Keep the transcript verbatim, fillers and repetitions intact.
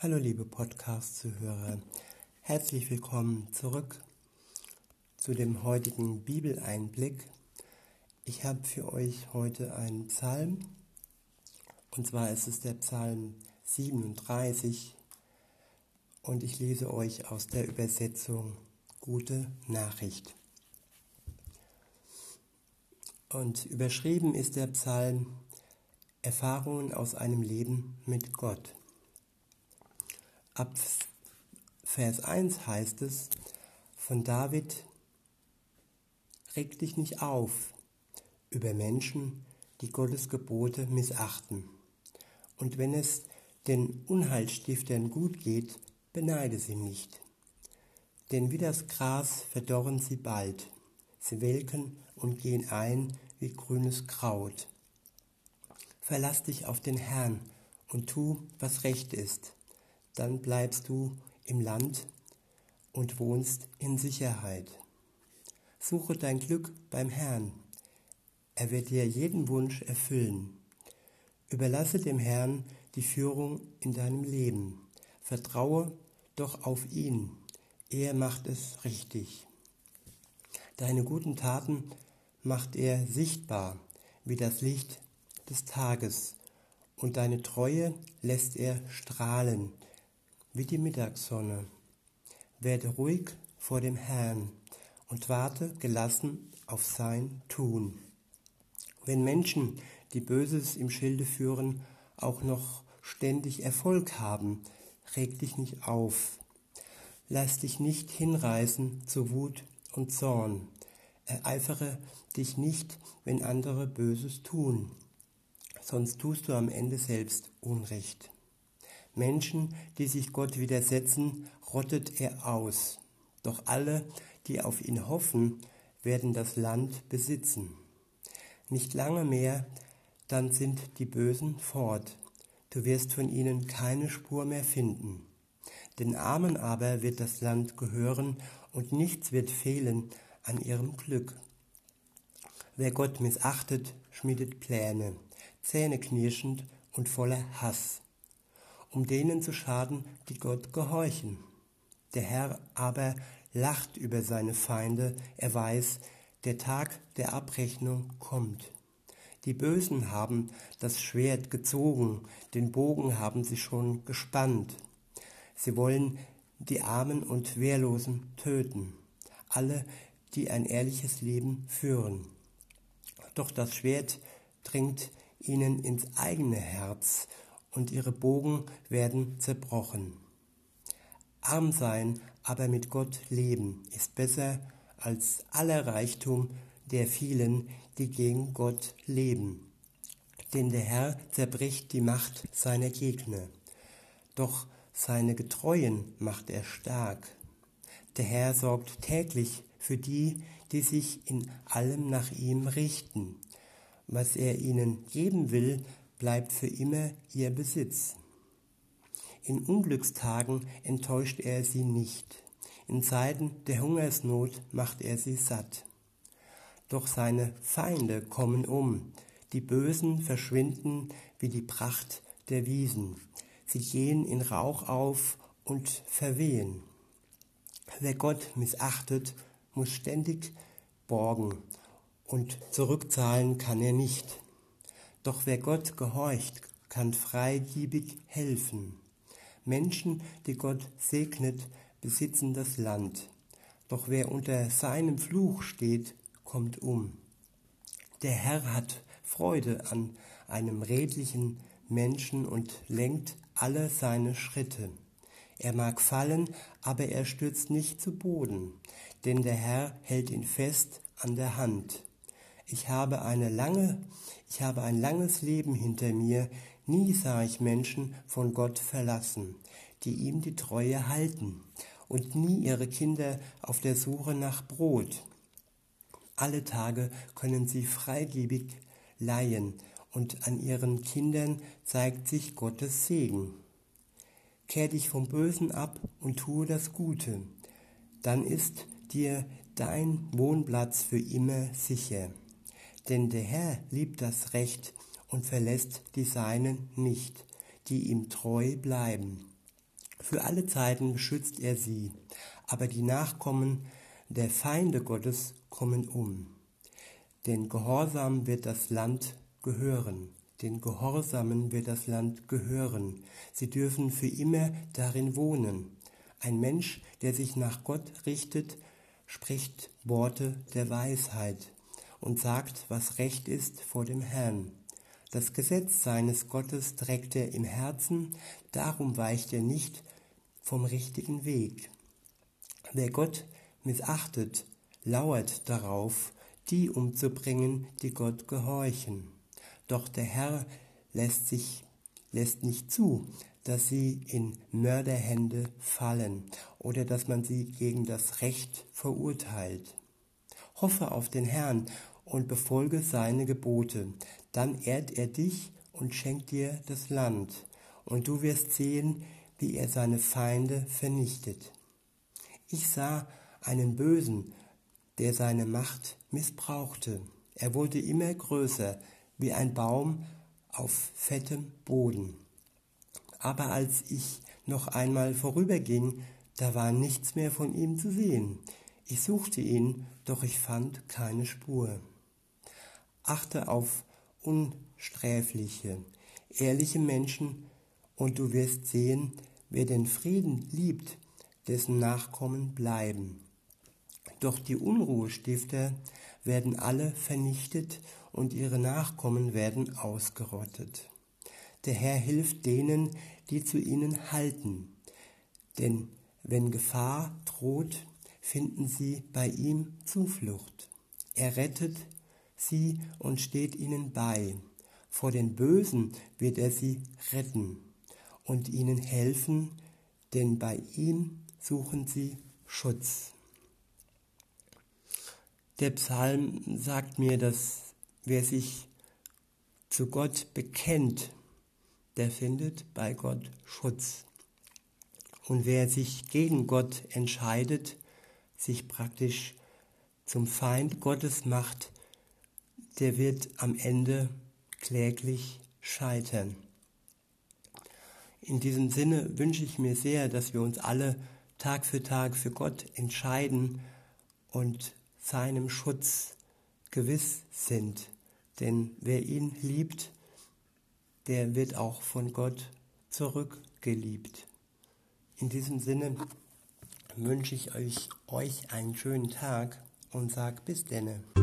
Hallo liebe Podcast-Zuhörer, herzlich willkommen zurück zu dem heutigen Bibeleinblick. Ich habe für euch heute einen Psalm, und zwar ist es der Psalm siebenunddreißig und ich lese euch aus der Übersetzung Gute Nachricht. Und überschrieben ist der Psalm Erfahrungen aus einem Leben mit Gott. Ab Vers eins heißt es von David: Reg dich nicht auf über Menschen, die Gottes Gebote missachten. Und wenn es den Unheilstiftern gut geht, beneide sie nicht. Denn wie das Gras verdorren sie bald. Sie welken und gehen ein wie grünes Kraut. Verlass dich auf den Herrn und tu, was recht ist. Dann bleibst du im Land und wohnst in Sicherheit. Suche dein Glück beim Herrn. Er wird dir jeden Wunsch erfüllen. Überlasse dem Herrn die Führung in deinem Leben. Vertraue doch auf ihn. Er macht es richtig. Deine guten Taten macht er sichtbar wie das Licht des Tages, und deine Treue lässt er strahlen wie die Mittagssonne. Werde ruhig vor dem Herrn und warte gelassen auf sein Tun. Wenn Menschen, die Böses im Schilde führen, auch noch ständig Erfolg haben, reg dich nicht auf. Lass dich nicht hinreißen zu Wut und Zorn. Ereifere dich nicht, wenn andere Böses tun, sonst tust du am Ende selbst Unrecht. Menschen, die sich Gott widersetzen, rottet er aus. Doch alle, die auf ihn hoffen, werden das Land besitzen. Nicht lange mehr, dann sind die Bösen fort. Du wirst von ihnen keine Spur mehr finden. Den Armen aber wird das Land gehören und nichts wird fehlen an ihrem Glück. Wer Gott missachtet, schmiedet Pläne, zähneknirschend und voller Hass, um denen zu schaden, die Gott gehorchen. Der Herr aber lacht über seine Feinde, er weiß, der Tag der Abrechnung kommt. Die Bösen haben das Schwert gezogen, den Bogen haben sie schon gespannt. Sie wollen die Armen und Wehrlosen töten, alle, die ein ehrliches Leben führen. Doch das Schwert dringt ihnen ins eigene Herz und ihre Bogen werden zerbrochen. Arm sein, aber mit Gott leben, ist besser als aller Reichtum der vielen, die gegen Gott leben. Denn der Herr zerbricht die Macht seiner Gegner, doch seine Getreuen macht er stark. Der Herr sorgt täglich für die, die sich in allem nach ihm richten. Was er ihnen geben will, bleibt für immer ihr Besitz. In Unglückstagen enttäuscht er sie nicht. In Zeiten der Hungersnot macht er sie satt. Doch seine Feinde kommen um. Die Bösen verschwinden wie die Pracht der Wiesen. Sie gehen in Rauch auf und verwehen. Wer Gott missachtet, muss ständig borgen, und zurückzahlen kann er nicht. Doch wer Gott gehorcht, kann freigebig helfen. Menschen, die Gott segnet, besitzen das Land. Doch wer unter seinem Fluch steht, kommt um. Der Herr hat Freude an einem redlichen Menschen und lenkt alle seine Schritte. Er mag fallen, aber er stürzt nicht zu Boden, denn der Herr hält ihn fest an der Hand. Ich habe eine lange, ich habe ein langes Leben hinter mir, nie sah ich Menschen von Gott verlassen, die ihm die Treue halten, und nie ihre Kinder auf der Suche nach Brot. Alle Tage können sie freigebig leihen, und an ihren Kindern zeigt sich Gottes Segen. Kehr dich vom Bösen ab und tue das Gute, dann ist dir dein Wohnplatz für immer sicher. Denn der Herr liebt das Recht und verlässt die Seinen nicht, die ihm treu bleiben. Für alle Zeiten beschützt er sie, aber die Nachkommen der Feinde Gottes kommen um. Den Gehorsam wird das Land gehören. Den Gehorsamen wird das Land gehören. Sie dürfen für immer darin wohnen. Ein Mensch, der sich nach Gott richtet, spricht Worte der Weisheit und sagt, was recht ist vor dem Herrn. Das Gesetz seines Gottes trägt er im Herzen, darum weicht er nicht vom richtigen Weg. Wer Gott missachtet, lauert darauf, die umzubringen, die Gott gehorchen. Doch der Herr lässt sich, lässt nicht zu, dass sie in Mörderhände fallen oder dass man sie gegen das Recht verurteilt. Hoffe auf den Herrn und befolge seine Gebote, dann ehrt er dich und schenkt dir das Land, und du wirst sehen, wie er seine Feinde vernichtet. Ich sah einen Bösen, der seine Macht missbrauchte. Er wurde immer größer, wie ein Baum auf fettem Boden. Aber als ich noch einmal vorüberging, da war nichts mehr von ihm zu sehen. Ich suchte ihn, doch ich fand keine Spur. Achte auf unsträfliche, ehrliche Menschen, und du wirst sehen, wer den Frieden liebt, dessen Nachkommen bleiben. Doch die Unruhestifter werden alle vernichtet und ihre Nachkommen werden ausgerottet. Der Herr hilft denen, die zu ihnen halten, denn wenn Gefahr droht, finden sie bei ihm Zuflucht. Er rettet sie und steht ihnen bei. Vor den Bösen wird er sie retten und ihnen helfen, denn bei ihm suchen sie Schutz. Der Psalm sagt mir, dass wer sich zu Gott bekennt, der findet bei Gott Schutz. Und wer sich gegen Gott entscheidet, sich praktisch zum Feind Gottes macht, der wird am Ende kläglich scheitern. In diesem Sinne wünsche ich mir sehr, dass wir uns alle Tag für Tag für Gott entscheiden und seinem Schutz gewiss sind. Denn wer ihn liebt, der wird auch von Gott zurückgeliebt. In diesem Sinne wünsche ich euch, euch einen schönen Tag und sage bis denne.